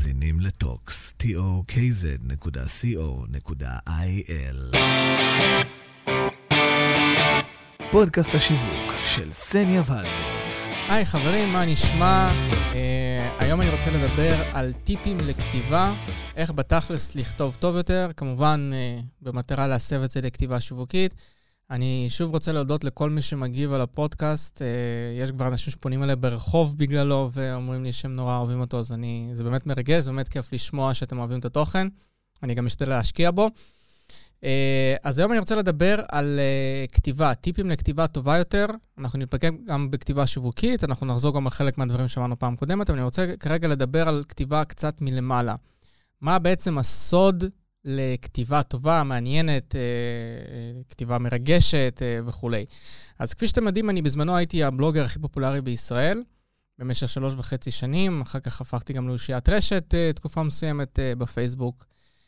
מאזינים לטוקס, tokz.co.il. פודקאסט השיווק של סניה ולדמן. היי חברים, מה נשמע? היום אני רוצה לדבר על טיפים לכתיבה, איך בתכלס לכתוב טוב יותר, כמובן במטרה להסב את זה לכתיבה שיווקית. אני שוב רוצה להודות לכל מי שמגיב על הפודקאסט. יש כבר אנשים שפונים אליי ברחוב בגללו ואומרים לי שהם נורא אוהבים אותו, אז זה באמת מרגש, זה באמת כיף לשמוע שאתם אוהבים את התוכן. אני גם משתדל להשקיע בו. אז היום אני רוצה לדבר על כתיבה, טיפים לכתיבה טובה יותר. אנחנו נתמקד גם בכתיבה שיווקית, אנחנו נחזור גם על חלק מהדברים שאמרנו פעם קודמת, אבל אני רוצה כרגע לדבר על כתיבה קצת מלמעלה. מה בעצם הסוד לכתיבה טובה, מעניינת, כתיבה מרגשת וכו'. אז כפי שאתם יודעים, אני בזמנו הייתי הבלוגר הכי פופולרי בישראל, במשך 3.5 שנים, אחר כך הפכתי גם לאושיית רשת תקופה מסוימת בפייסבוק.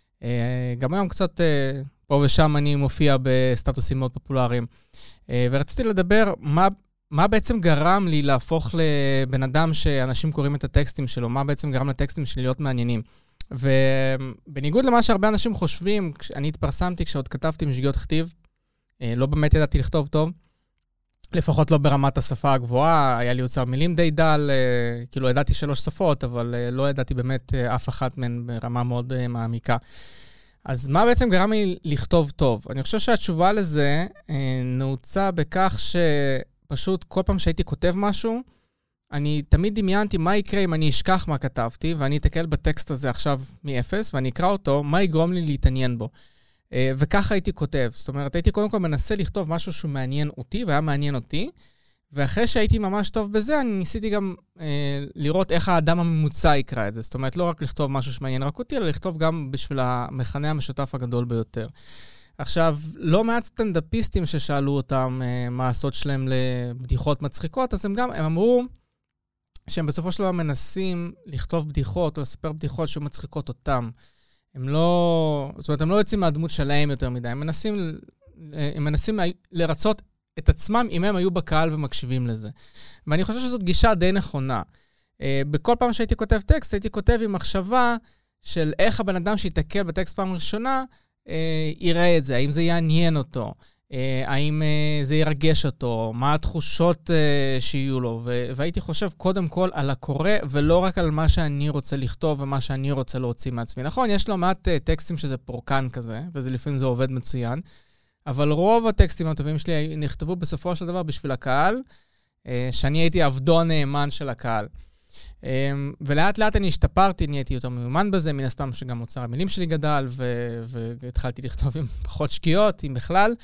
גם היום קצת פה ושם אני מופיע בסטטוסים מאוד פופולריים. ורציתי לדבר מה בעצם גרם לי להפוך לבן אדם שאנשים קוראים את הטקסטים שלו, מה בעצם גרם לטקסטים שלי להיות מעניינים. ובניגוד למה שהרבה אנשים חושבים, אני התפרסמתי כשעוד כתבתי עם שגיאות כתיב, לא באמת ידעתי לכתוב טוב, לפחות לא ברמת השפה הגבוהה, היה לי אוצר מילים די דל, כאילו ידעתי 3 שפות, אבל לא ידעתי באמת אף אחת מהן ברמה מאוד מעמיקה. אז מה בעצם גרם לי לכתוב טוב? אני חושב שהתשובה לזה נעוצה בכך שפשוט כל פעם שהייתי כותב משהו, אני תמיד דמיינתי מה יקרה אם אני אשכח מה כתבתי, ואני אתקל בטקסט הזה עכשיו מ-0, ואני אקרא אותו, מה יגרום לי להתעניין בו. וככה הייתי כותב. זאת אומרת, הייתי קודם כל מנסה לכתוב משהו שהוא מעניין אותי, והיה מעניין אותי, ואחרי שהייתי ממש טוב בזה, אני ניסיתי גם לראות איך האדם הממוצע יקרא את זה. זאת אומרת, לא רק לכתוב משהו שמעניין רק אותי, אלא לכתוב גם בשביל המכנה המשותף הגדול ביותר. עכשיו, לא מעט סטנדאפיסטים ששאלו אותם מה הסוד שלהם לבדיחות מצחיקות, אז הם אמרו שהם בסופו של דבר מנסים לכתוב בדיחות או לספר בדיחות שמצחיקות אותם. הם לא יוצאים מהדמות שלהם יותר מדי, הם מנסים לרצות את עצמם אם הם היו בקהל ומקשיבים לזה. ואני חושב שזאת גישה די נכונה. בכל פעם שהייתי כותב טקסט, הייתי כותב עם מחשבה של איך הבן אדם שיתקל בטקסט פעם ראשונה, יראה את זה, האם זה יעניין אותו, האם זה ירגש אותו, מה התחושות שיהיו לו, והייתי חושב קודם כל על הקורא, ולא רק על מה שאני רוצה לכתוב ומה שאני רוצה להוציא מעצמי. נכון, יש לו מעט טקסטים שזה פורקן כזה, ולפעמים זה עובד מצוין, אבל רוב הטקסטים הטובים שלי נכתבו בסופו של דבר בשביל הקהל, שאני הייתי עבדו הנאמן של הקהל. ולאט לאט אני השתפרתי, נהייתי יותר מיומן בזה, מן הסתם שגם אוצר המילים שלי גדל, והתחלתי לכתוב עם פחות שגיאות, אם בכלל.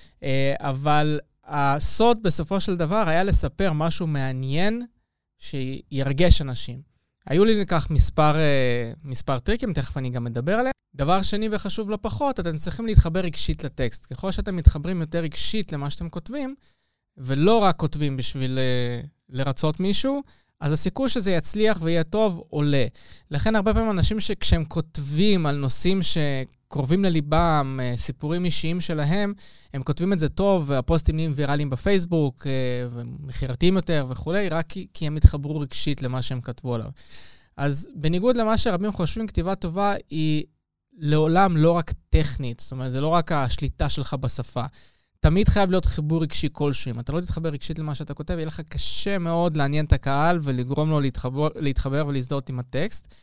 אבל הסוד בסופו של דבר היה לספר משהו מעניין שירגש אנשים. היו לי לכך מספר טריקים, תכף אני גם מדבר עליהם. דבר שני וחשוב לא פחות, אתם צריכים להתחבר רגשית לטקסט. ככל שאתם מתחברים יותר רגשית למה שאתם כותבים, ולא רק כותבים בשביל לרצות מישהו, אז הסיכוי שזה יצליח ויהיה טוב עולה. לכן הרבה פעמים אנשים שכשהם כותבים על נושאים שקרובים לליבם, סיפורים אישיים שלהם, הם כותבים את זה טוב, והפוסטים נהיים ויראליים בפייסבוק, ומחירתיים יותר וכו', רק כי הם התחברו רגשית למה שהם כתבו עליו. אז בניגוד למה שרבים חושבים, כתיבה טובה היא לעולם לא רק טכנית, זאת אומרת, זה לא רק השליטה שלך בשפה. תמיד חייב להיות חיבור רגשי כלשהו. אם אתה לא תתחבר רגשית למה שאתה כותב, יהיה לך קשה מאוד לעניין את הקהל ולגרום לו להתחבר ולהזדהות עם הטקסט.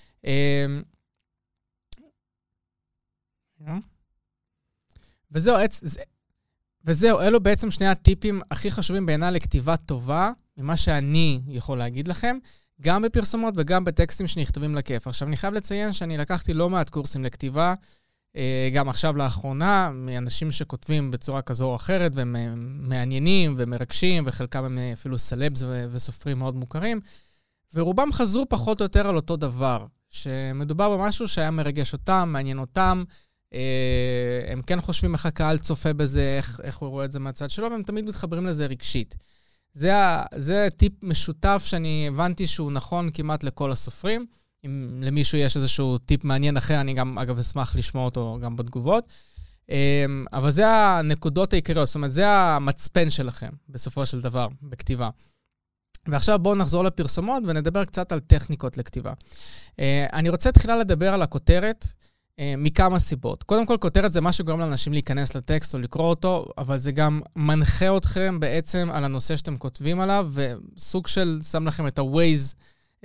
וזהו, אלו בעצם שני הטיפים הכי חשובים בעיניי לכתיבה טובה, ממה שאני יכול להגיד לכם, גם בפרסומות וגם בטקסטים שנכתבים לכיף. עכשיו, אני חייב לציין שאני לקחתי לא מעט קורסים לכתיבה, גם עכשיו לאחרונה, מאנשים שכותבים בצורה כזו או אחרת, והם מעניינים ומרגשים, וחלקם הם אפילו סלבס וסופרים מאוד מוכרים, ורובם חזרו פחות או יותר על אותו דבר, שמדובר במשהו שהיה מרגש אותם, מעניין אותם, הם כן חושבים איך הקהל צופה בזה, איך הוא רואה את זה מהצד שלו, והם תמיד מתחברים לזה רגשית. זה טיפ משותף שאני הבנתי שהוא נכון כמעט לכל הסופרים. אם למישהו יש איזשהו טיפ מעניין אחר, אני גם, אגב, אשמח לשמוע אותו גם בתגובות. אבל זה הנקודות העיקריות, זאת אומרת, זה המצפן שלכם, בסופו של דבר, בכתיבה. ועכשיו בואו נחזור לפרסומות ונדבר קצת על טכניקות לכתיבה. אני רוצה תחילה לדבר על הכותרת מכמה סיבות. קודם כל, כותרת זה מה שגורם לאנשים להיכנס לטקסט או לקרוא אותו, אבל זה גם מנחה אתכם בעצם על הנושא שאתם כותבים עליו, וסוג של שם לכם את ה-Waze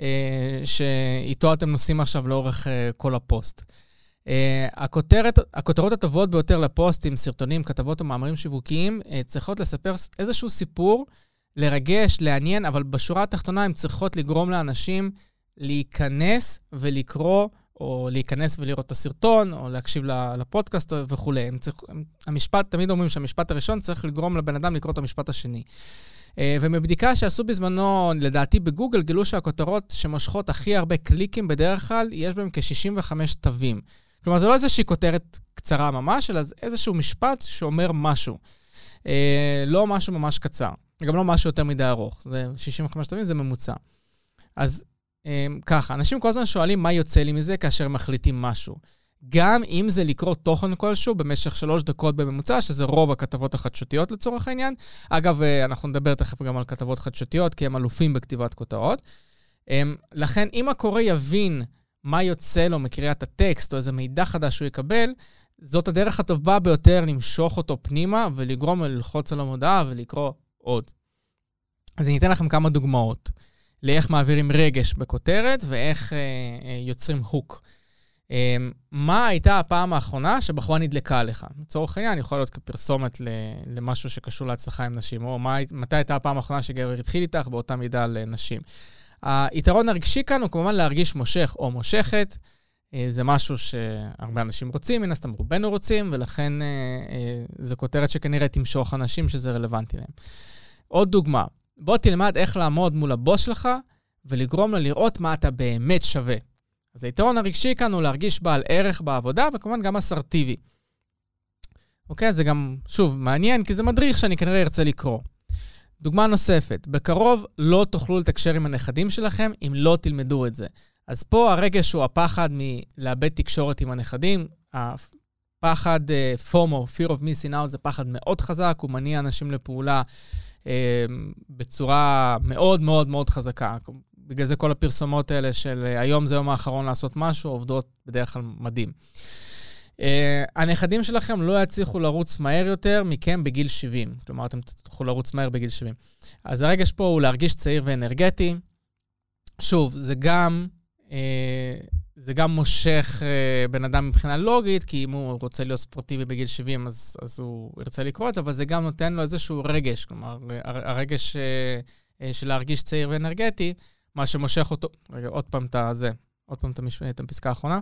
שאיתו אתם נוסעים עכשיו לאורך כל הפוסט. הכותרות הטובות ביותר לפוסטים, סרטונים, כתבות או מאמרים שיווקיים, צריכות לספר איזשהו סיפור, לרגש, לעניין, אבל בשורה התחתונה הן צריכות לגרום לאנשים להיכנס ולקרוא, או להיכנס ולראות את הסרטון, או להקשיב לפודקאסט וכו'. תמיד אומרים שהמשפט הראשון צריך לגרום לבן אדם לקרוא את המשפט השני. ומבדיקה שעשו בזמנו, לדעתי בגוגל, גילו שהכותרות שמושכות הכי הרבה קליקים בדרך כלל, יש בהם כ-65 תווים. כלומר, זה לא איזושהי כותרת קצרה ממש, אלא איזשהו משפט שאומר משהו. לא משהו ממש קצר. גם לא משהו יותר מדי ארוך. זה 65 תווים, זה ממוצע. אז ככה, אנשים כל הזמן שואלים מה יוצא לי מזה כאשר מחליטים משהו. גם אם זה לקרוא תוכן כלשהו במשך 3 דקות בממוצע, שזה רוב הכתבות החדשותיות לצורך העניין. אגב, אנחנו נדבר תכף גם על כתבות חדשותיות, כי הם אלופים בכתיבת כותרות. לכן, אם הקורא יבין מה יוצא לו מקריאת הטקסט, או איזה מידע חדש שהוא יקבל, זאת הדרך הטובה ביותר למשוך אותו פנימה, ולגרום ללחוץ על המודעה ולקרוא עוד. אז אני אתן לכם כמה דוגמאות. לאיך מעבירים רגש בכותרת, ואיך יוצרים הוק. מה הייתה הפעם האחרונה שבחורה נדלקה לך? לצורך העניין, יכול להיות כפרסומת למשהו שקשור להצלחה עם נשים, או מתי הייתה הפעם האחרונה שגבר התחיל איתך באותה מידה לנשים. היתרון הרגשי כאן הוא כמובן להרגיש מושך או מושכת, זה משהו שהרבה אנשים רוצים, מן הסתם רובנו רוצים, ולכן זו כותרת שכנראה תמשוך אנשים שזה רלוונטי להם. עוד דוגמה, בוא תלמד איך לעמוד מול הבוס שלך, ולגרום לו לראות מה אתה באמת שווה. אז היתרון הרגשי כאן הוא להרגיש בעל ערך בעבודה, וכמובן גם אסרטיבי. אוקיי, זה גם, שוב, מעניין, כי זה מדריך שאני כנראה ארצה לקרוא. דוגמה נוספת, בקרוב לא תוכלו לתקשר עם הנכדים שלכם, אם לא תלמדו את זה. אז פה הרגש הוא הפחד מלאבד תקשורת עם הנכדים, הפחד FOMO, Fear of Missing Out, זה פחד מאוד חזק, הוא מניע אנשים לפעולה בצורה מאוד מאוד מאוד חזקה. בגלל זה כל הפרסומות האלה של היום זה יום האחרון לעשות משהו, עובדות בדרך כלל מדהים. הנכדים שלכם לא יצליחו לרוץ מהר יותר מכם בגיל 70. כלומר, אתם תוכלו לרוץ מהר בגיל 70. אז הרגש פה הוא להרגיש צעיר ואנרגטי. שוב, זה גם מושך בן אדם מבחינה לוגית, כי אם הוא רוצה להיות ספורטיבי בגיל 70, אז הוא ירצה לקרוא את זה, אבל זה גם נותן לו איזשהו רגש. כלומר, הרגש של להרגיש צעיר ואנרגטי, מה שמושך אותו, רגע, עוד פעם את הפסקה האחרונה.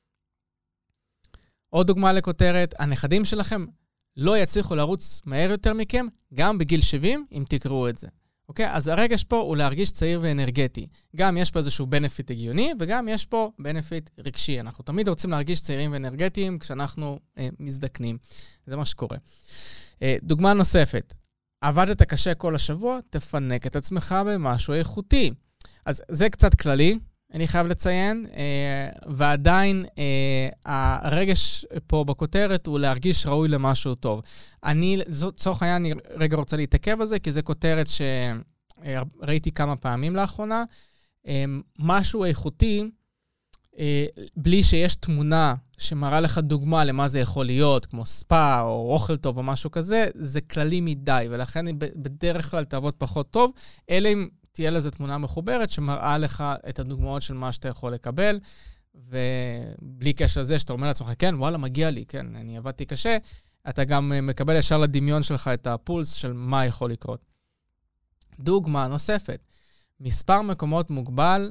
עוד דוגמה לכותרת, הנכדים שלכם לא יצליחו לרוץ מהר יותר מכם, גם בגיל 70, אם תקראו את זה. אוקיי? אז הרגש פה הוא להרגיש צעיר ואנרגטי. גם יש פה איזשהו בנפיט הגיוני, וגם יש פה בנפיט רגשי. אנחנו תמיד רוצים להרגיש צעירים ואנרגטיים כשאנחנו מזדקנים. זה מה שקורה. דוגמה נוספת, עבדת קשה כל השבוע, תפנק את עצמך במשהו איכותי. אז זה קצת כללי, אני חייב לציין, ועדיין הרגש פה בכותרת הוא להרגיש ראוי למשהו טוב. צורך העניין, אני רגע רוצה להתעכב על זה, כי זה כותרת שראיתי כמה פעמים לאחרונה. משהו איכותי, בלי שיש תמונה שמראה לך דוגמה למה זה יכול להיות, כמו ספא או אוכל טוב או משהו כזה, זה כללי מדי, ולכן בדרך כלל תעבוד פחות טוב, אלא אם תהיה לזה תמונה מחוברת שמראה לך את הדוגמאות של מה שאתה יכול לקבל, ובלי קשר לזה שאתה אומר לעצמך, כן, וואלה, מגיע לי, כן, אני עבדתי קשה, אתה גם מקבל ישר לדמיון שלך את הפולס של מה יכול לקרות. דוגמה נוספת, מספר מקומות מוגבל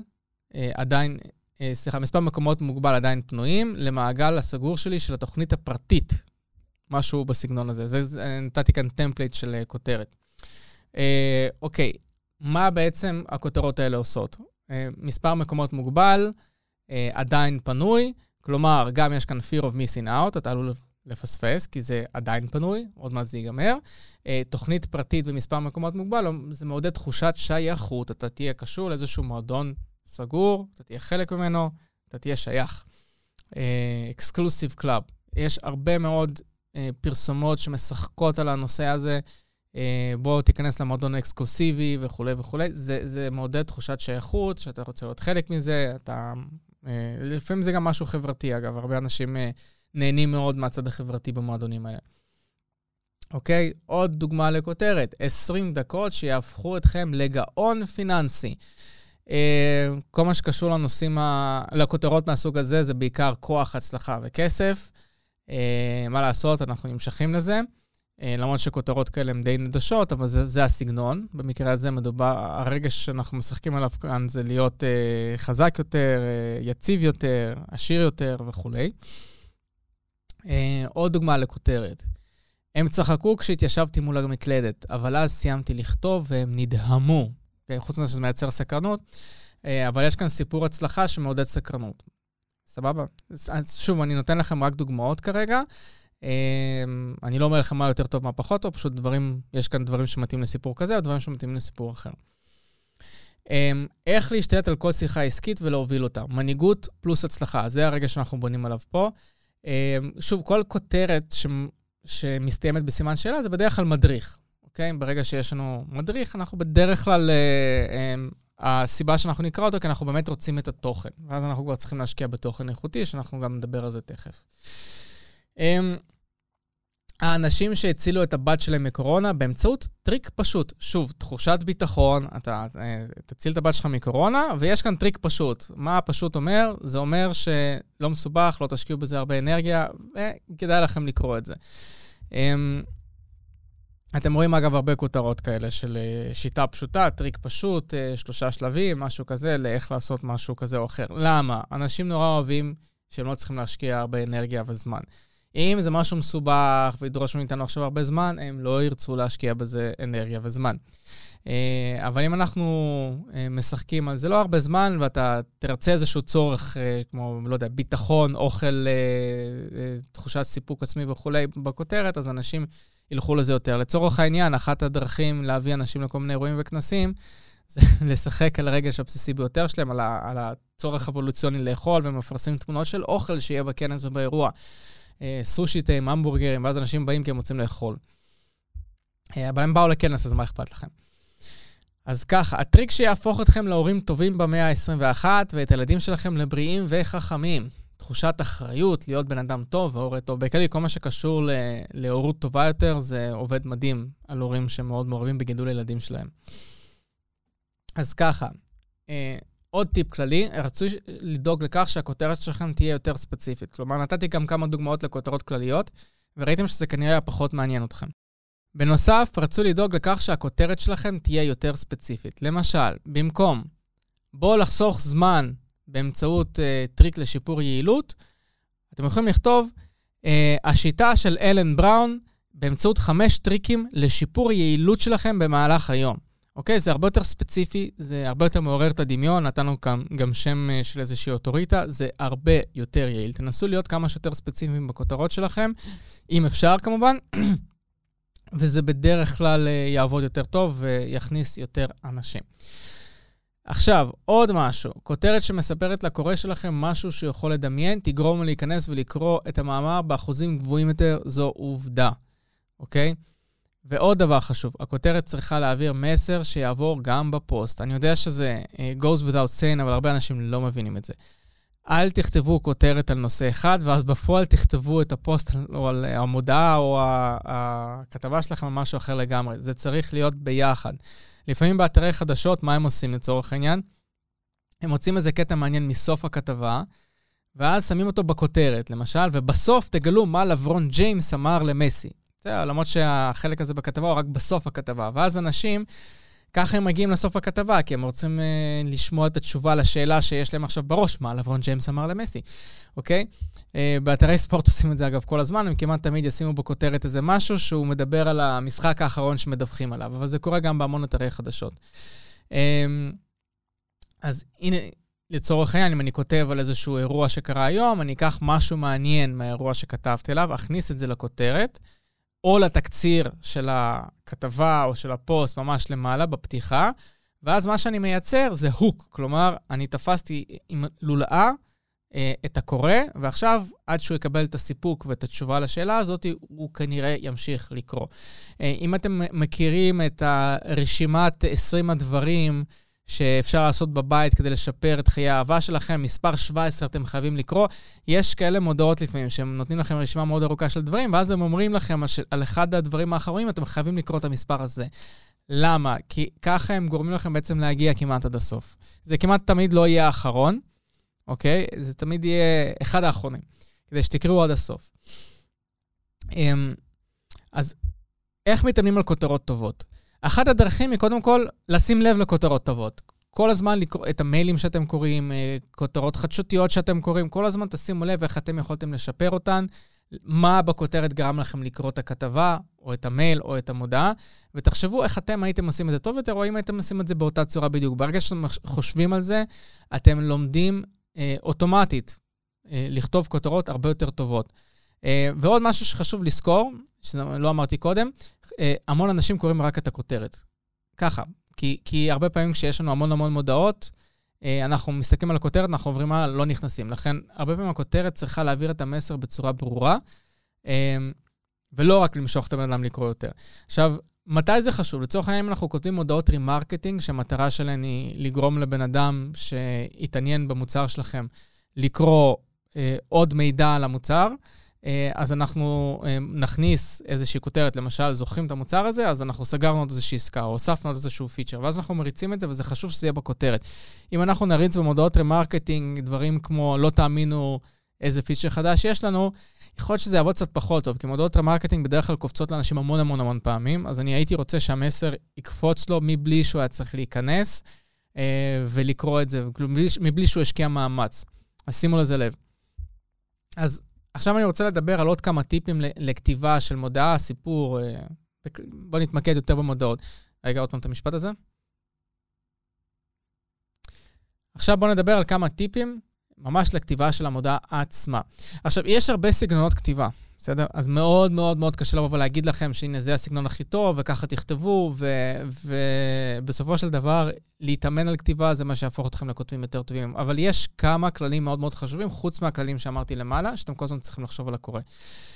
עדיין פנויים למעגל הסגור שלי של התוכנית הפרטית, משהו בסגנון הזה. נתתי כאן טמפלייט של כותרת. אוקיי, מה בעצם הכותרות האלה עושות? מספר מקומות מוגבל, עדיין פנוי, כלומר, גם יש כאן fear of missing out, אתה עלול לפספס, כי זה עדיין פנוי, עוד מעט זה ייגמר. תוכנית פרטית ומספר מקומות מוגבל, זה מעודד תחושת שייכות, אתה תהיה קשור לאיזשהו מועדון סגור, אתה תהיה חלק ממנו, אתה תהיה שייך. Exclusive Club. יש הרבה מאוד פרסומות שמשחקות על הנושא הזה, בוא תיכנס למועדון אקסקלוסיבי וכו' וכו'. זה מעודד תחושת שייכות, שאתה רוצה להיות חלק מזה, לפעמים זה גם משהו חברתי, אגב, הרבה אנשים נהנים מאוד מהצד החברתי במועדונים האלה. אוקיי? עוד דוגמה לכותרת, 20 דקות שיהפכו אתכם לגאון פיננסי. כל מה שקשור לנושאים, לכותרות מהסוג הזה, זה בעיקר כוח, הצלחה וכסף. מה לעשות, אנחנו נמשכים לזה. למרות שכותרות כאלה הן די נדשות, אבל זה הסגנון. במקרה הזה מדובר, הרגע שאנחנו משחקים עליו כאן זה להיות חזק יותר, יציב יותר, עשיר יותר וכו'. עוד דוגמה לכותרת. הם צחקו כשהתיישבתי מול המקלדת, אבל אז סיימתי לכתוב והם נדהמו. חוץ מזה שזה מייצר סקרנות, אבל יש כאן סיפור הצלחה שמעודד סקרנות. סבבה? אז שוב, אני נותן לכם רק דוגמאות כרגע. אני לא אומר לכם מה יותר טוב, מה פחות טוב, פשוט יש כאן דברים שמתאים לסיפור כזה, או דברים שמתאים לסיפור אחר. איך להשתלט על כל שיחה עסקית ולהוביל אותה? מנהיגות פלוס הצלחה. זה הרגע שאנחנו בונים עליו פה. שוב, כל כותרת שמסתיימת בסימן שאלה, זה בדרך כלל מדריך. אוקיי? ברגע שיש לנו מדריך, אנחנו בדרך כלל, הסיבה שאנחנו נקרא אותו, כי אנחנו באמת רוצים את התוכן. ואז אנחנו כבר צריכים להשקיע בתוכן איכותי, שאנחנו גם נדבר על זה תכף. האנשים שהצילו את הבת שלהם מקורונה, באמצעות טריק פשוט. שוב, תחושת ביטחון, אתה תציל את הבת שלך מקורונה, ויש כאן טריק פשוט. מה פשוט אומר? זה אומר שלא מסובך, לא תשקיעו בזה הרבה אנרגיה, וכדאי לכם לקרוא את זה. אתם רואים אגב הרבה כותרות כאלה של שיטה פשוטה, טריק פשוט, 3 שלבים, משהו כזה, לאיך לעשות משהו כזה או אחר. למה? אנשים נורא אוהבים שהם לא צריכים להשקיע הרבה אנרגיה וזמן. אם זה משהו מסובך וידרוש מאיתנו עכשיו הרבה זמן, הם לא ירצו להשקיע בזה אנרגיה וזמן. אבל אם אנחנו משחקים על זה לא הרבה זמן, ואתה תרצה איזשהו צורך, כמו, לא יודע, ביטחון, אוכל, תחושת סיפוק עצמי וכולי בכותרת, אז אנשים ילכו לזה יותר. לצורך העניין, אחת הדרכים להביא אנשים לכל מיני אירועים וכנסים, זה לשחק על הרגש הבסיסי ביותר שלהם, על הצורך אבולוציוני לאכול, ומפרסמים תמונות של אוכל שיהיה בכנס ובאירוע. סושיטים, המבורגרים, ואז אנשים באים כי הם רוצים לאכול. אבל הם באו לכנס, אז מה אכפת לכם? אז ככה, הטריק שיהפוך אתכם להורים טובים במאה ה-21, ואת הילדים שלכם לבריאים וחכמים. תחושת אחריות, להיות בן אדם טוב והורה טוב. בכלל, כל מה שקשור להורות טובה יותר, זה עובד מדהים על הורים שמאוד מעורבים בגידול הילדים שלהם. אז ככה, עוד טיפ כללי, רצוי לדאוג לכך שהכותרת שלכם תהיה יותר ספציפית. כלומר, נתתי גם כמה דוגמאות לכותרות כלליות, וראיתם שזה כנראה פחות מעניין אתכם. בנוסף, רצוי לדאוג לכך שהכותרת שלכם תהיה יותר ספציפית. למשל, במקום בואו לחסוך זמן באמצעות טריק לשיפור יעילות, אתם יכולים לכתוב השיטה של אלן בראון באמצעות 5 טריקים לשיפור יעילות שלכם במהלך היום. אוקיי? זה הרבה יותר ספציפי, זה הרבה יותר מעורר את הדמיון, נתנו גם שם של איזושהי אוטוריטה, זה הרבה יותר יעיל. תנסו להיות כמה שיותר ספציפיים בכותרות שלכם, אם אפשר כמובן, וזה בדרך כלל יעבוד יותר טוב ויכניס יותר אנשים. עכשיו, עוד משהו, כותרת שמספרת לקורא שלכם משהו שיכול לדמיין, תגרום להיכנס ולקרוא את המאמר באחוזים גבוהים יותר, זו עובדה, אוקיי? ועוד דבר חשוב, הכותרת צריכה להעביר מסר שיעבור גם בפוסט. אני יודע שזה goes without saying, אבל הרבה אנשים לא מבינים את זה. אל תכתבו כותרת על נושא אחד, ואז בפועל תכתבו את הפוסט או על המודעה או הכתבה שלכם על משהו אחר לגמרי. זה צריך להיות ביחד. לפעמים באתרי חדשות, מה הם עושים לצורך העניין? הם מוצאים איזה קטע מעניין מסוף הכתבה, ואז שמים אותו בכותרת, למשל, ובסוף תגלו מה לברון ג'יימס אמר למסי. למרות שהחלק הזה בכתבה הוא רק בסוף הכתבה, ואז אנשים, ככה הם מגיעים לסוף הכתבה, כי הם רוצים לשמוע את התשובה לשאלה שיש להם עכשיו בראש, מה לברון ג'יימס אמר למסי, אוקיי? באתרי ספורט עושים את זה אגב כל הזמן, הם כמעט תמיד ישימו בכותרת איזה משהו שהוא מדבר על המשחק האחרון שמדווחים עליו, אבל זה קורה גם בהמון אתרי חדשות. אז הנה, לצורך העניין, אם אני כותב על איזשהו אירוע שקרה היום, אני אקח משהו מעניין מהאירוע שכתבתי עליו, אכניס את זה לכותרת, או לתקציר של הכתבה או של הפוסט ממש למעלה בפתיחה, ואז מה שאני מייצר זה הוק, כלומר, אני תפסתי עם לולאה את הקורא, ועכשיו, עד שהוא יקבל את הסיפוק ואת התשובה לשאלה הזאת, הוא כנראה ימשיך לקרוא. אם אתם מכירים את הרשימת 20 הדברים שאפשר לעשות בבית כדי לשפר את חיי האהבה שלכם, מספר 17 אתם חייבים לקרוא, יש כאלה מודעות לפעמים שהם נותנים לכם רשימה מאוד ארוכה של דברים, ואז הם אומרים לכם על אחד הדברים האחרונים, אתם חייבים לקרוא את המספר הזה. למה? כי ככה הם גורמים לכם בעצם להגיע כמעט עד הסוף. זה כמעט תמיד לא יהיה האחרון, אוקיי? זה תמיד יהיה אחד האחרונים, כדי שתקראו עד הסוף. אז איך מתאמנים על כותרות טובות? אחת הדרכים היא קודם כל לשים לב לכותרות טובות. כל הזמן לקרוא את המיילים שאתם קוראים, כותרות חדשותיות שאתם קוראים, כל הזמן תשימו לב איך אתם יכולתם לשפר אותן, מה בכותרת גרם לכם לקרוא את הכתבה, או את המייל, או את המודעה, ותחשבו איך אתם הייתם עושים את זה טוב יותר, או אם הייתם עושים את זה באותה צורה בדיוק. ברגע שאתם חושבים על זה, אתם לומדים אוטומטית לכתוב כותרות הרבה יותר טובות. ועוד משהו שחשוב לזכור, שלא אמרתי קודם, המון אנשים קוראים רק את הכותרת. ככה, כי הרבה פעמים כשיש לנו המון מודעות, אנחנו מסתכלים על הכותרת, אנחנו עוברים מה לא נכנסים. לכן, הרבה פעמים הכותרת צריכה להעביר את המסר בצורה ברורה, ולא רק למשוך את הבן אדם לקרוא יותר. עכשיו, מתי זה חשוב? לצורך העניין, אנחנו כותבים מודעות רימרקטינג, שהמטרה שלהן היא לגרום לבן אדם שיתעניין במוצר שלכם, לקרוא עוד מידע על המוצר, אז אנחנו נכניס איזושהי כותרת, למשל, זוכרים את המוצר הזה, אז אנחנו סגרנו עוד איזושהי עסקה, או הוספנו עוד איזשהו פיצ'ר, ואז אנחנו מריצים את זה, וזה חשוב שזה יהיה בכותרת. אם אנחנו נריץ במודעות רמרקטינג, דברים כמו לא תאמינו איזה פיצ'ר חדש יש לנו, יכול להיות שזה יעבוד קצת פחות טוב, כי מודעות רמרקטינג בדרך כלל קופצות לאנשים המון פעמים, אז אני הייתי רוצה שהמסר יקפוץ לו מבלי שהוא היה צריך להיכנס, ולקרוא את זה, מבלי שהוא השקיע מאמץ. אז שימו לזה לב. אז עכשיו אני רוצה לדבר על עוד כמה טיפים לכתיבה של מודעה, סיפור. בוא נתמקד יותר במודעות. רגע, עוד פעם את המשפט הזה. עכשיו בוא נדבר על כמה טיפים ממש לכתיבה של המודעה עצמה. עכשיו, יש הרבה סגנונות כתיבה, בסדר? אז מאוד קשה לבוא ולהגיד לכם שהנה זה הסגנון הכי טוב, וככה תכתבו, ובסופו של דבר, להתאמן על כתיבה זה מה שיהפוך אתכם לכותבים יותר טובים. אבל יש כמה כללים מאוד חשובים, חוץ מהכללים שאמרתי למעלה, שאתם כל הזמן צריכים לחשוב על הקורא.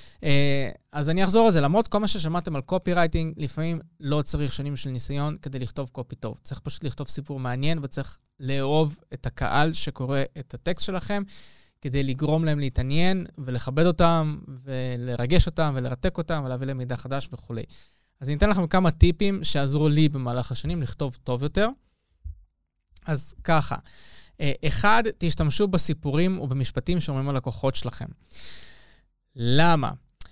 אז אני אחזור על זה, למרות כל מה ששמעתם על קופי רייטינג, לפעמים לא צריך שנים של ניסיון כדי לכתוב קופי טוב. צריך פשוט לכתוב סיפור מעניין, וצריך לאהוב את הקהל שקורא את הטקסט שלכם, כדי לגרום להם להתעניין ולכבד אותם, ולרגש אותם ולרתק אותם, ולהביא להם מידע חדש וכו'. אז אני אתן לכם כמה טיפים שעזרו לי במהלך השנים לכתוב טוב יותר. אז ככה, אחד, תשתמשו בסיפורים ובמשפטים שאומרים על לקוחות שלכם. למה?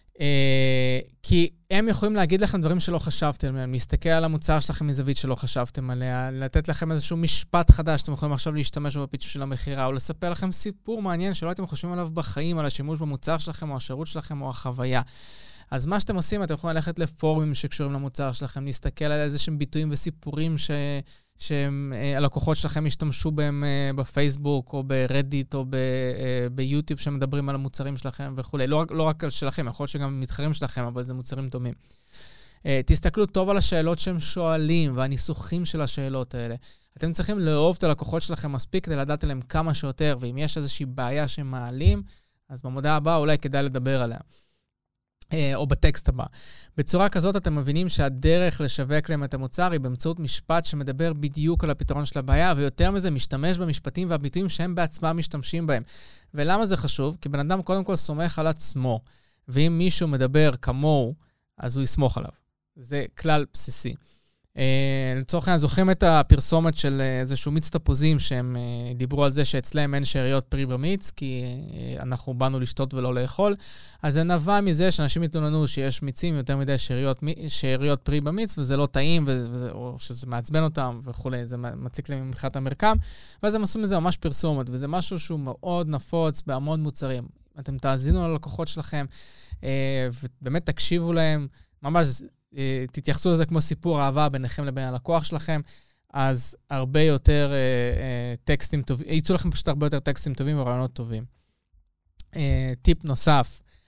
כי הם יכולים להגיד לכם דברים שלא חשבתם עליהם, להסתכל על המוצר שלכם מזווית שלא חשבתם עליה, לתת לכם איזשהו משפט חדש שאתם יכולים עכשיו להשתמש בפיץ' של המחירה, או לספר לכם סיפור מעניין שלא הייתם חושבים עליו בחיים, על השימוש במוצר שלכם, או השירות שלכם, או החוויה. אז מה שאתם עושים, אתם יכולים ללכת לפורומים שקשורים למוצר שלכם, להסתכל על איזשהם ביטויים וסיפורים שהלקוחות שלכם ישתמשו בהם בפייסבוק, או ברדיט, או ביוטיוב שמדברים על המוצרים שלכם וכו'. לא רק על שלכם, יכול להיות שגם מתחרים שלכם, אבל זה מוצרים דומים. תסתכלו טוב על השאלות שהם שואלים, והניסוחים של השאלות האלה. אתם צריכים לאהוב את הלקוחות שלכם מספיק, כדי לדעת עליהם כמה שיותר, ואם יש איזושהי בעיה שהם מעלים, אז במודעה הבאה אולי כדאי לדבר עליה. או בטקסט הבא. בצורה כזאת אתם מבינים שהדרך לשווק להם את המוצר היא באמצעות משפט שמדבר בדיוק על הפתרון של הבעיה, ויותר מזה משתמש במשפטים והביטויים שהם בעצמם משתמשים בהם. ולמה זה חשוב? כי בן אדם קודם כל סומך על עצמו, ואם מישהו מדבר כמוהו, אז הוא יסמוך עליו. זה כלל בסיסי. לצורך העניין, זוכרים את הפרסומת של איזשהו מיץ תפוזים, שהם דיברו על זה שאצלם אין שאריות פרי במיץ, כי אנחנו באנו לשתות ולא לאכול. אז זה נבע מזה שאנשים התלוננו שיש מיצים יותר מדי שאריות פרי במיץ, וזה לא טעים, או שזה מעצבן אותם וכו'. זה מציק להם מבחינת המרקם, ואז הם עשו מזה ממש פרסומת, וזה משהו שהוא מאוד נפוץ בהמון מוצרים. אתם תאזינו ללקוחות שלכם, ובאמת תקשיבו להם, ממש תתייחסו לזה כמו סיפור אהבה ביניכם לבין הלקוח שלכם, אז הרבה יותר טקסטים טובים, ייצאו לכם פשוט הרבה יותר טקסטים טובים ורעיונות טובים. טיפ נוסף,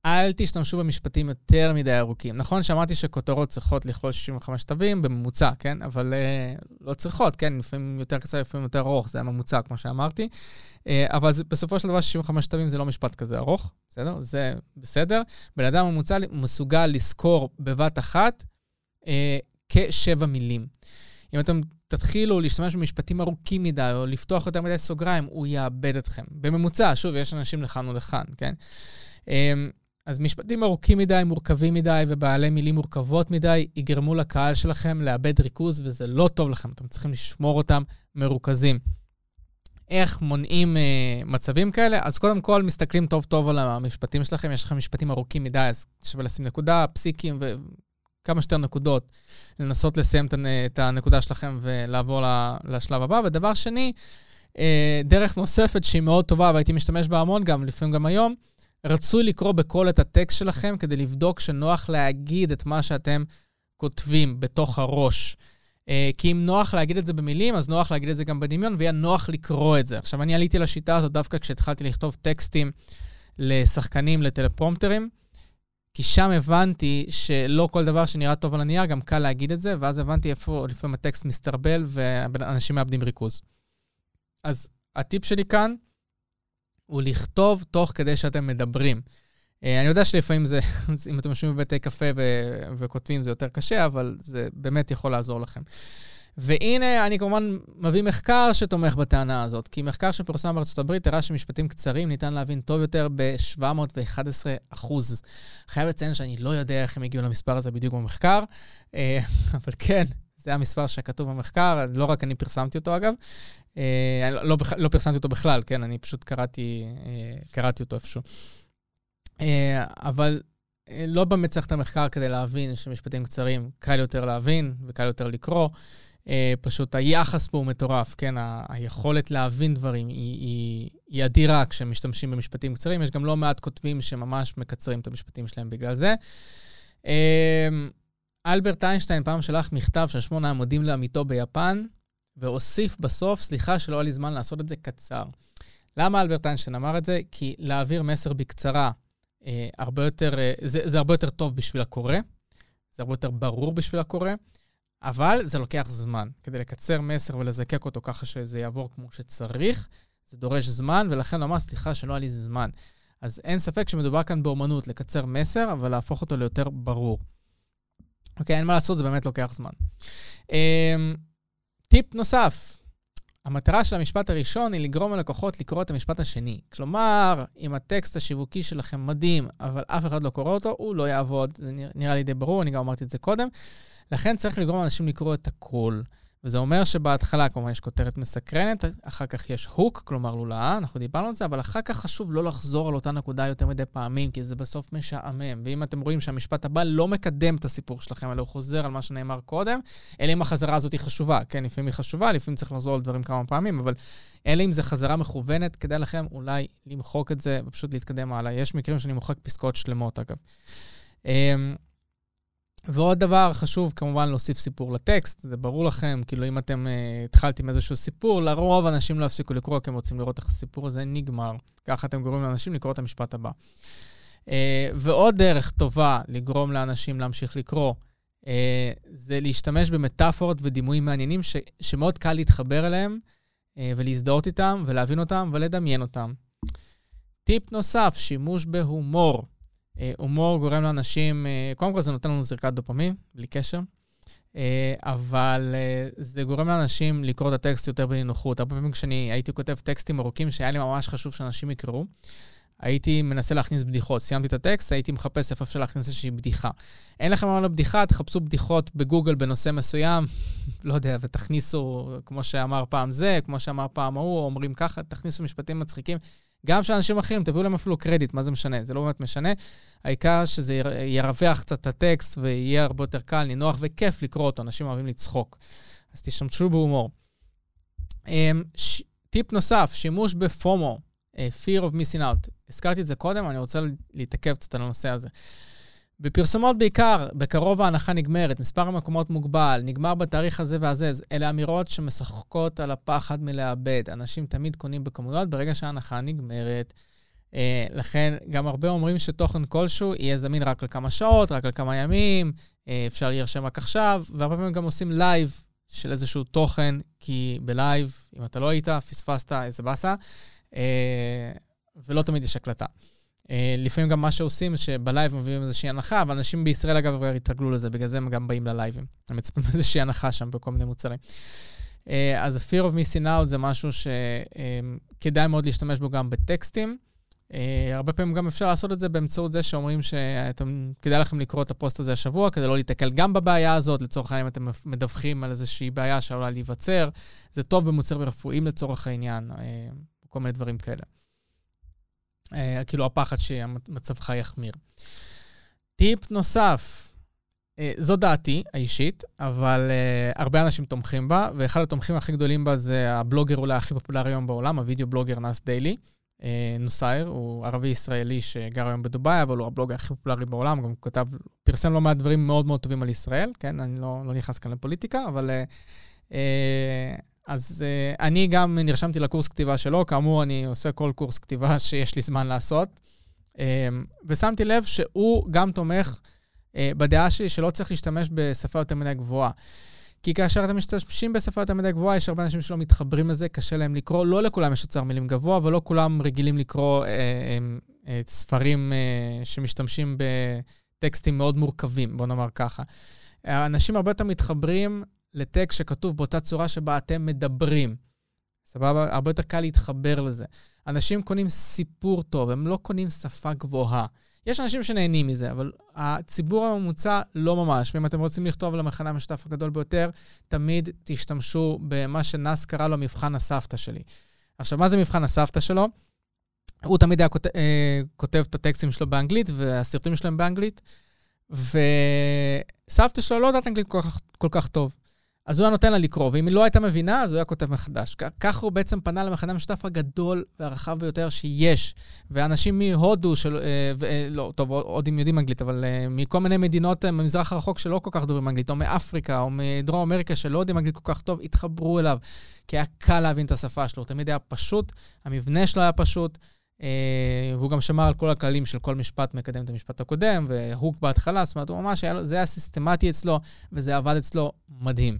אל תשתמשו במשפטים יותר מדי ארוכים. נכון שאמרתי שכותרות צריכות לכלול 65 תווים בממוצע, כן? אבל לא צריכות, כן? לפעמים יותר קצר, לפעמים יותר ארוך, זה הממוצע, כמו שאמרתי. אבל בסופו של דבר 65 תווים זה לא משפט כזה ארוך, בסדר? זה בסדר. בן אדם ממוצע מסוגל לזכור בבת אחת כ7 מילים. אם אתם תתחילו להשתמש במשפטים ארוכים מדי, או לפתוח יותר מדי סוגריים, הוא יאבד אתכם. בממוצע, שוב, יש אנשים לכאן ולכאן, כן? אז משפטים ארוכים מדי, מורכבים מדי, ובעלי מילים מורכבות מדי, יגרמו לקהל שלכם לאבד ריכוז, וזה לא טוב לכם. אתם צריכים לשמור אותם מרוכזים. איך מונעים מצבים כאלה? אז קודם כל, מסתכלים טוב טוב על המשפטים שלכם. יש לכם משפטים ארוכים מדי, אז שווה לשים נקודה, פסיקים וכמה שיותר נקודות. לנסות לסיים את הנקודה שלכם ולעבור לשלב הבא. ודבר שני, דרך נוספת שהיא מאוד טובה, והייתי משתמש בה המון גם, לפעמים גם היום, רצוי לקרוא בכל את הטקסט שלכם כדי לבדוק שנוח להגיד את מה שאתם כותבים בתוך הראש. כי אם נוח להגיד את זה במילים, אז נוח להגיד את זה גם בדמיון, ויהיה נוח לקרוא את זה. עכשיו, אני עליתי לשיטה הזאת דווקא כשהתחלתי לכתוב טקסטים לשחקנים, לטלפרומפטרים, כי שם הבנתי שלא כל דבר שנראה טוב על הנייר, גם קל להגיד את זה, ואז הבנתי איפה לפעמים הטקסט מסתרבל, ואנשים מאבדים ריכוז. אז הטיפ שלי כאן, הוא לכתוב תוך כדי שאתם מדברים. אני יודע שלפעמים זה, אם אתם יושבים בבתי קפה וכותבים, זה יותר קשה, אבל זה באמת יכול לעזור לכם. והנה, אני כמובן מביא מחקר שתומך בטענה הזאת, כי מחקר שפורסם בארצות הברית הראה שמשפטים קצרים ניתן להבין טוב יותר ב-711%. חייב לציין שאני לא יודע איך הם הגיעו למספר הזה בדיוק במחקר, אבל כן, זה המספר שכתוב במחקר, לא רק אני פרסמתי אותו אגב, לא פרסמתי אותו בכלל, כן, אני פשוט קראתי אותו איפשהו. אבל לא באמת צריך את המחקר כדי להבין שמשפטים קצרים קל יותר להבין וקל יותר לקרוא. פשוט היחס פה הוא מטורף, כן, היכולת להבין דברים היא אדירה כשמשתמשים במשפטים קצרים. יש גם לא מעט כותבים שממש מקצרים את המשפטים שלהם בגלל זה. אלברט איינשטיין פעם שלח מכתב של 8 עמודים לעמיתו ביפן, והוסיף בסוף, סליחה שלא היה לי זמן לעשות את זה קצר. למה אלברט איינשטיין אמר את זה? כי להעביר מסר בקצרה זה הרבה יותר טוב בשביל הקורא, זה הרבה יותר ברור בשביל הקורא, אבל זה לוקח זמן. כדי לקצר מסר ולזקק אותו ככה שזה יעבור כמו שצריך, זה דורש זמן, ולכן אמר, סליחה שלא היה לי זמן. אז אין ספק שמדובר כאן באומנות לקצר מסר, אבל להפוך אותו ליותר ברור. אוקיי, אין מה לעשות, זה באמת לוקח זמן. טיפ נוסף, המטרה של המשפט הראשון היא לגרום ללקוחות לקרוא את המשפט השני. כלומר, אם הטקסט השיווקי שלכם מדהים, אבל אף אחד לא קורא אותו, הוא לא יעבוד. זה נראה לי די ברור, אני גם אמרתי את זה קודם. לכן צריך לגרום לאנשים לקרוא את הכל. וזה אומר שבהתחלה, כלומר, יש כותרת מסקרנת, אחר כך יש הוק, כלומר לולאה, אנחנו דיברנו על זה, אבל אחר כך חשוב לא לחזור על אותה נקודה יותר מדי פעמים, כי זה בסוף משעמם. ואם אתם רואים שהמשפט הבא לא מקדם את הסיפור שלכם, אלא הוא חוזר על מה שנאמר קודם, אלא אם החזרה הזאת היא חשובה. כן, לפעמים היא חשובה, לפעמים צריך לחזור על דברים כמה פעמים, אבל אלא אם זה חזרה מכוונת, כדאי לכם אולי למחוק את זה ופשוט להתקדם הלאה. יש מקרים שאני מוחק פסקאות שלמות, אגב. ועוד דבר חשוב, כמובן, להוסיף סיפור לטקסט. זה ברור לכם, כאילו אם אתם התחלתם איזשהו סיפור, לרוב אנשים לא יפסיקו לקרוא, כי הם רוצים לראות איך הסיפור הזה נגמר. ככה אתם גורמים לאנשים לקרוא את המשפט הבא. ועוד דרך טובה לגרום לאנשים להמשיך לקרוא, זה להשתמש במטאפורות ודימויים מעניינים שמאוד קל להתחבר אליהם, ולהזדהות איתם, ולהבין אותם, ולדמיין אותם. טיפ נוסף, שימוש בהומור. הומור גורם לאנשים, קודם כל זה נותן לנו זריקת דופמין, בלי קשר, אבל זה גורם לאנשים לקרוא את הטקסט יותר בנינוחות. הרבה פעמים כשאני הייתי כותב טקסטים ארוכים שהיה לי ממש חשוב שאנשים יקראו, הייתי מנסה להכניס בדיחות. סיימתי את הטקסט, הייתי מחפש איפה אפשר להכניס איזושהי בדיחה. אין לכם מה לבדיחה, תחפשו בדיחות בגוגל בנושא מסוים, לא יודע, ותכניסו, כמו שאמר פעם זה, כמו שאמר פעם ההוא, אומרים ככה, תכניסו משפטים מצחיקים. גם שאנשים אחרים, תביאו להם אפילו קרדיט, מה זה משנה? זה לא באמת משנה. העיקר שזה ירווח קצת את הטקסט, ויהיה הרבה יותר קל, נינוח וכיף לקרוא אותו. אנשים אוהבים לצחוק. אז תשתמשו בהומור. טיפ נוסף, שימוש בפומו, fear of missing out. הזכרתי את זה קודם, אני רוצה להתעכב קצת על הנושא הזה. בפרסומות בעיקר, בקרוב ההנחה נגמרת, מספר המקומות מוגבל, נגמר בתאריך הזה והזה, אלה אמירות שמשחקות על הפחד מלאבד. אנשים תמיד קונים בכמויות ברגע שההנחה נגמרת. לכן גם הרבה אומרים שתוכן כלשהו יהיה זמין רק על כמה שעות, רק על כמה ימים, אפשר להירשם רק עכשיו, והרבה פעמים גם עושים לייב של איזשהו תוכן, כי בלייב, אם אתה לא היית, פספסת איזה בסה, ולא תמיד יש הקלטה. לפעמים גם מה שעושים, שבלייב מביאים איזושהי הנחה, אבל אנשים בישראל אגב התרגלו לזה, בגלל זה הם גם באים ללייבים. הם מצפים איזושהי הנחה שם בכל מיני מוצרים. אז ה-fear of missing out זה משהו שכדאי מאוד להשתמש בו גם בטקסטים. הרבה פעמים גם אפשר לעשות את זה באמצעות זה שאומרים שכדאי לכם לקרוא את הפוסט הזה השבוע, כדי לא להתקל גם בבעיה הזאת, לצורך העניין אתם מדווחים על איזושהי בעיה שעולה להיווצר. זה טוב במוצרים רפואיים לצורך העניין, כל מיני דברים כאלה. כאילו הפחד שמצבך יחמיר. טיפ נוסף, זו דעתי האישית, אבל הרבה אנשים תומכים בה, ואחד התומכים הכי גדולים בה זה הבלוגר אולי הכי פופולרי היום בעולם, הווידאו בלוגר נאס דיילי, נוסייר, הוא ערבי ישראלי שגר היום בדוביי, אבל הוא הבלוגר הכי פופולרי בעולם, גם כתב, פרסם לא מעט דברים מאוד מאוד טובים על ישראל, כן, אני לא נכנס כאן לפוליטיקה, אבל אז אני גם נרשמתי לקורס כתיבה שלו, כאמור אני עושה כל קורס כתיבה שיש לי זמן לעשות, ושמתי לב שהוא גם תומך בדעה שלי שלא צריך להשתמש בשפה יותר מדי גבוהה. כי כאשר אתם משתמשים בשפה יותר מדי גבוהה, יש הרבה אנשים שלא מתחברים לזה, קשה להם לקרוא, לא לכולם יש אוצר מילים גבוה, אבל לא כולם רגילים לקרוא ספרים שמשתמשים בטקסטים מאוד מורכבים, בוא נאמר ככה. אנשים הרבה יותר מתחברים לטקסט שכתוב באותה צורה שבה אתם מדברים. סבבה? הרבה יותר קל להתחבר לזה. אנשים קונים סיפור טוב, הם לא קונים שפה גבוהה. יש אנשים שנהנים מזה, אבל הציבור הממוצע לא ממש, ואם אתם רוצים לכתוב על המכנה המשותף הגדול ביותר, תמיד תשתמשו במה שנאס קרא לו מבחן הסבתא שלי. עכשיו, מה זה מבחן הסבתא שלו? הוא תמיד היה כותב את הטקסטים שלו באנגלית, והסרטונים שלהם באנגלית, וסבתא שלו לא יודעת אנגלית כל כך טוב. אז הוא היה נותן לה לקרוא, ואם היא לא הייתה מבינה, אז הוא היה כותב מחדש. ככה הוא בעצם פנה למכנה המשותף הגדול והרחב ביותר שיש. ואנשים מהודו, לא, טוב, הודים יודעים אנגלית, אבל מכל מיני מדינות במזרח הרחוק שלא כל כך דוברים אנגלית, או מאפריקה, או מדרום אמריקה שלא יודעים אנגלית כל כך טוב, התחברו אליו, כי היה קל להבין את השפה שלו. הוא תמיד היה פשוט, המבנה שלו היה פשוט, והוא גם שמר על כל הכללים של כל משפט מקדם את המשפט הקודם, והוק בהתחלה, זאת אומרת, הוא ממש היה, זה היה סיסטמטי אצלו, וזה עבד אצלו מדהים.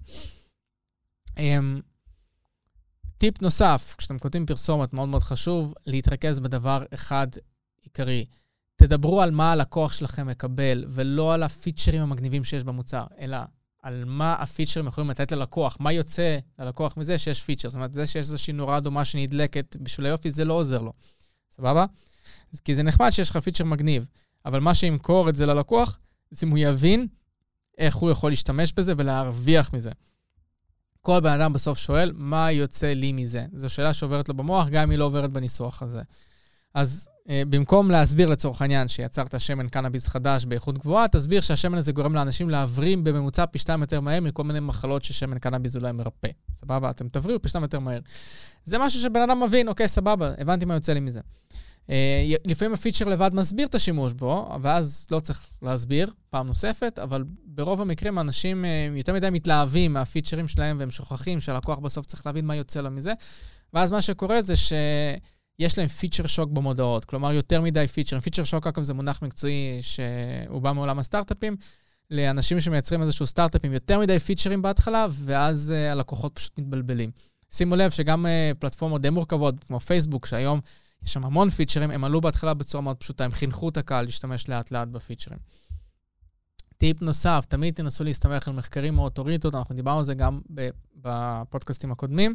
טיפ נוסף, כשאתם כותבים פרסומת, מאוד מאוד חשוב, להתרכז בדבר אחד עיקרי. תדברו על מה הלקוח שלכם מקבל, ולא על הפיצ'רים המגניבים שיש במוצר, אלא על מה הפיצ'רים יכולים לתת ללקוח, מה יוצא ללקוח מזה שיש פיצ'ר. זאת אומרת, זה שיש איזושהי נורה דומה שנדלקת בשביל היופי, זה לא עוזר לו. סבבה? כי זה נחמד שיש לך פיצ'ר מגניב, אבל מה שימכור את זה ללקוח, זה אם הוא יבין איך הוא יכול להשתמש בזה ולהרוויח מזה. כל בן אדם בסוף שואל, מה יוצא לי מזה? זו שאלה שעוברת לו במוח, גם אם היא לא עוברת בניסוח הזה. אז במקום להסביר לצורך העניין שיצרת שמן קנאביס חדש באיכות גבוהה, תסביר שהשמן הזה גורם לאנשים להבריא בממוצע פי 2 יותר מהר מכל מיני מחלות ששמן קנאביס אולי מרפא. סבבה? אתם תבריאו פי 2 יותר מהר. זה משהו שבן אדם מבין, אוקיי, סבבה, הבנתי מה יוצא לי מזה. לפעמים הפיצ'ר לבד מסביר את השימוש בו, ואז לא צריך להסביר פעם נוספת, אבל ברוב המקרים האנשים יותר מדי מתלהבים מהפיצ'רים שלהם, והם שוכחים שהלקוח בסוף צריך להבין מה יוצא לו מזה, ואז מה שקורה זה שיש להם פיצ'ר שוק במודעות, כלומר יותר מדי פיצ'רים. פיצ'ר שוק אגב זה מונח מקצועי שהוא בא מעולם הסטארט-אפים, לאנשים שמייצרים איזשהו סטארט-אפים יותר מדי פיצ'רים בהתחלה, ואז הלקוחות פשוט מתבלבלים. שימו לב שגם פלטפורמות די מורכבות, כמו פייסבוק, שהיום יש שם המון פיצ'רים, הם עלו בהתחלה בצורה מאוד פשוטה, הם חינכו את הקהל להשתמש לאט לאט בפיצ'רים. טיפ נוסף, תמיד תנסו להסתמך על מחקרים או אוטוריטות, אנחנו דיברנו על זה גם בפודקאסטים הקודמים.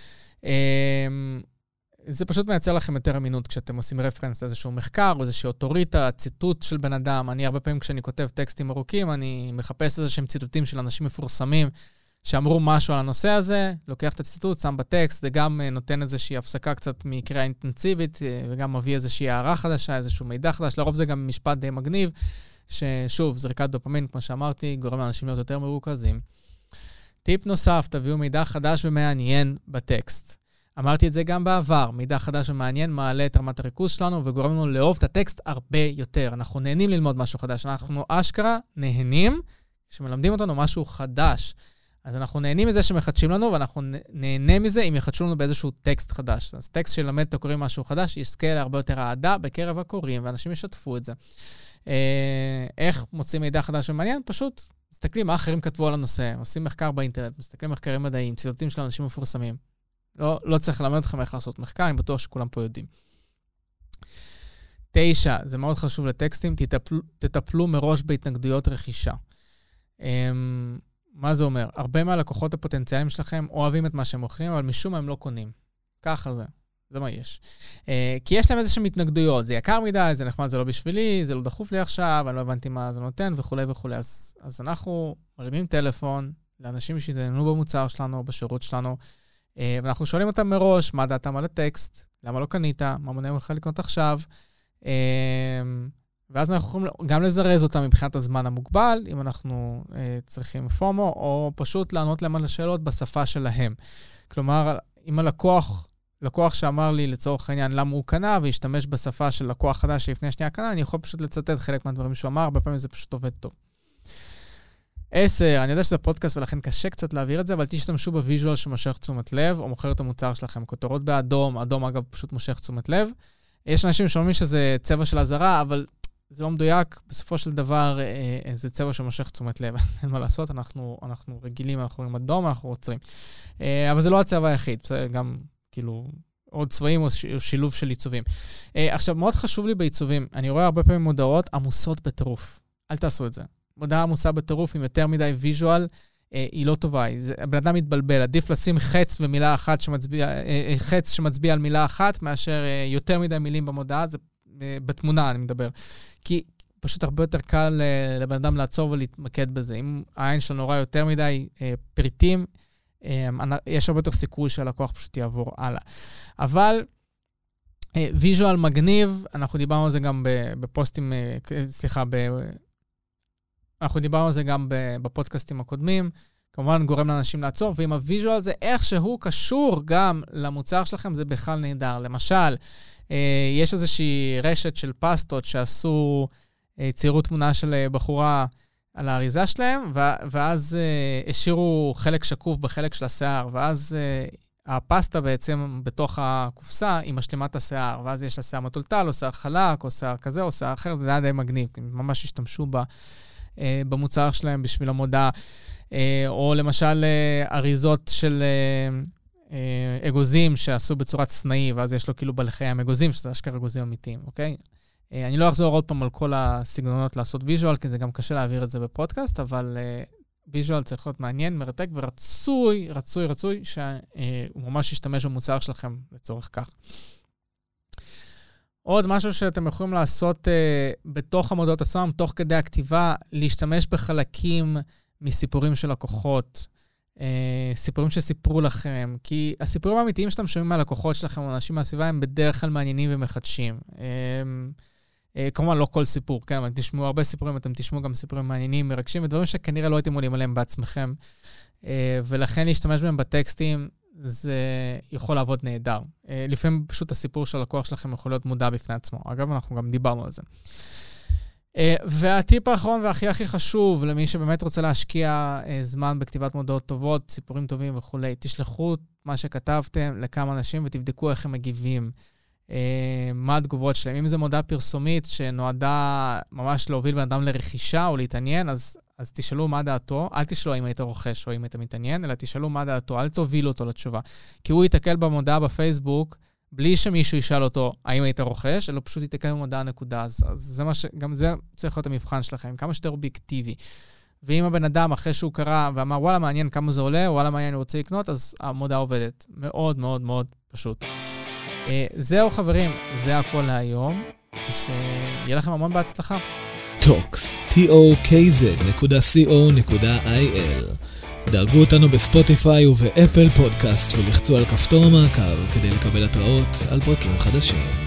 זה פשוט מייצר לכם יותר אמינות כשאתם עושים רפרנס לאיזשהו מחקר או איזושהי אוטוריטה, ציטוט של בן אדם. אני הרבה פעמים כשאני כותב טקסטים ארוכים, אני מחפש איזשהם ציטוטים של אנשים מפורסמים שאמרו משהו על הנושא הזה, לוקח את הציטוט, שם בטקסט, זה גם נותן איזושהי הפסקה קצת מקריאה אינטנסיבית, וגם מביא איזושהי הערה חדשה, איזשהו מידע חדש. לרוב זה גם משפט די מגניב, ששוב, זריקת דופמין, כמו שאמרתי, גורם לאנשים להיות יותר מרוכזים. טיפ נוסף, תביאו מידע חדש ומעניין בטקסט. אמרתי את זה גם בעבר, מידע חדש ומעניין מעלה את רמת הריכוז שלנו וגורם לנו לאהוב את הטקסט הרבה יותר. אנחנו נהנים ללמוד משהו חדש, אנחנו אשכרה נהנים שמלמדים אותנו משהו חדש. אז אנחנו נהנים מזה שמחדשים לנו, ואנחנו נהנה מזה אם יחדשו לנו באיזשהו טקסט חדש. אז טקסט שלמד את הקוראים משהו חדש, יזכה להרבה יותר אהדה בקרב הקוראים, ואנשים ישתפו את זה. איך מוצאים מידע חדש ומעניין? פשוט מסתכלים מה אחרים כתבו על הנושא, עושים מחקר באינטרנט, מסתכלים מחקרים מדעיים, ציטוטים של אנשים מפורסמים. לא צריך ללמד אתכם איך לעשות מחקר, אני בטוח שכולם פה יודעים. 9, זה מאוד חשוב לטקסטים, תטפלו מראש בהתנגדויות רכישה. מה זה אומר? הרבה מהלקוחות הפוטנציאליים שלכם אוהבים את מה שהם מוכרים, אבל משום מה הם לא קונים. ככה זה מה יש. כי יש להם איזשהם התנגדויות, זה יקר מדי, זה נחמד, זה לא בשבילי, זה לא דחוף לי עכשיו, אני לא הבנתי מה זה נותן וכו' וכו'. אז אנחנו מרימים טלפון לאנשים שהתעניינו במוצר שלנו, בשירות שלנו, ואנחנו שואלים אותם מראש, מה דעתם על הטקסט, למה לא קנית, מה מונע ממך לקנות עכשיו, ואז אנחנו יכולים גם לזרז אותם מבחינת הזמן המוגבל, אם אנחנו צריכים פומו, או פשוט לענות להם על השאלות בשפה שלהם. כלומר, אם לקוח שאמר לי לצורך העניין למה הוא קנה, והשתמש בשפה של לקוח חדש שלפני שנייה קנה, אני יכול פשוט לצטט חלק מהדברים שהוא אמר, הרבה פעמים זה פשוט עובד טוב. 10, אני יודע שזה פודקאסט ולכן קשה קצת להעביר את זה, אבל תשתמשו בוויז'ואל שמושך תשומת לב, או מוכר את המוצר שלכם. כותרות באדום, אדום אגב פשוט מושך תשומת לב. יש אנשים שאומרים שזה צבע של הזרה, אבל זה לא מדויק. בסופו של דבר זה צבע שמושך תשומת לב. אין מה לעשות, אנחנו רגילים, אנחנו רואים אדום, אנחנו עוצרים. אבל זה לא הצבע היחיד, זה גם כאילו עוד צבעים או שילוב של עיצובים. עכשיו, מאוד חשוב לי בעיצובים, אני רואה הרבה פעמים מודעות עמוסות בטירוף. אל תעשו את זה. מודעה עמוסה בטירוף עם יותר מדי ויז'ואל, היא לא טובה. הבן אדם מתבלבל. עדיף לשים חץ ומילה אחת חץ שמצביע על מילה אחת, מאשר יותר מדי מילים במודעה, זה בתמונה אני מדבר. כי פשוט הרבה יותר קל לבן אדם לעצור ולהתמקד בזה. אם העין שלו נורא יותר מדי פריטים, יש הרבה יותר סיכוי שהלקוח פשוט יעבור הלאה. אבל ויז'ואל מגניב, אנחנו דיברנו על זה גם בפוסטים, אנחנו דיברנו על זה גם בפודקאסטים הקודמים, כמובן גורם לאנשים לעצור, ואם הוויז'ואל זה איכשהו קשור גם למוצר שלכם, זה בכלל נהדר. למשל, יש איזושהי רשת של פסטות שעשו ציירו תמונה של בחורה על האריזה שלהם, ואז השאירו חלק שקוף בחלק של השיער, ואז הפסטה בעצם בתוך הקופסה היא משלימה את השיער, ואז יש לה שיער מטולטל, או שיער חלק, או שיער כזה, או שיער אחר, זה היה די מגניב, הם ממש השתמשו במוצר שלהם בשביל המודעה, או למשל אריזות של אגוזים שעשו בצורת סנאי, ואז יש לו כאילו בלחי אגוזים, שזה אשכרה אגוזים אמיתיים, אוקיי? אני לא אחזור עוד פעם על כל הסגנונות לעשות ויז'ואל, כי זה גם קשה להעביר את זה בפודקאסט, אבל ויז'ואל צריך להיות מעניין, מרתק, ורצוי שהוא ממש ישתמש במוצר שלכם לצורך כך. עוד משהו שאתם יכולים לעשות בתוך המודעות עצמם, תוך כדי הכתיבה, להשתמש בחלקים מסיפורים של לקוחות, סיפורים שסיפרו לכם, כי הסיפורים האמיתיים שאתם שומעים מהלקוחות שלכם, או אנשים מהסביבה, הם בדרך כלל מעניינים ומחדשים. כמובן לא כל סיפור, כן, אבל תשמעו הרבה סיפורים, אתם תשמעו גם סיפורים מעניינים, מרגשים, ודברים שכנראה לא הייתם עולים עליהם בעצמכם, ולכן להשתמש בהם בטקסטים, זה יכול לעבוד נהדר. לפעמים פשוט הסיפור של הלקוח שלכם יכול להיות מודע בפני עצמו. אגב, אנחנו גם דיברנו על זה. והטיפ האחרון והכי חשוב, למי שבאמת רוצה להשקיע זמן בכתיבת מודעות טובות, סיפורים טובים וכו', תשלחו מה שכתבתם לכמה אנשים ותבדקו איך הם מגיבים. מה התגובות שלהם. אם זה מודעה פרסומית שנועדה ממש להוביל בן אדם לרכישה או להתעניין, אז תשאלו מה דעתו, אל תשאלו אם היית רוכש או אם היית מתעניין, אלא תשאלו מה דעתו, אל תובילו אותו לתשובה. כי הוא יתקל במודעה בפייסבוק, בלי שמישהו ישאל אותו האם היית רוכש, אלא פשוט יתקל במודעה נקודה. אז זה גם זה צריך להיות המבחן שלכם, כמה שיותר אובייקטיבי. ואם הבן אדם אחרי שהוא קרא ואמר, וואלה מעניין כמה זה עולה, וואלה מעניין אני רוצה לקנות, אז המודעה עובדת. מאוד מאוד מאוד פשוט. זהו חברים, זה הכל להיום, שיהיה לכם המון בהצלחה. Talks, tokz.co.il. דרגו אותנו בספוטיפיי ובאפל פודקאסט ולחצו על כפתור המעקב כדי לקבל התראות על פרקים חדשים.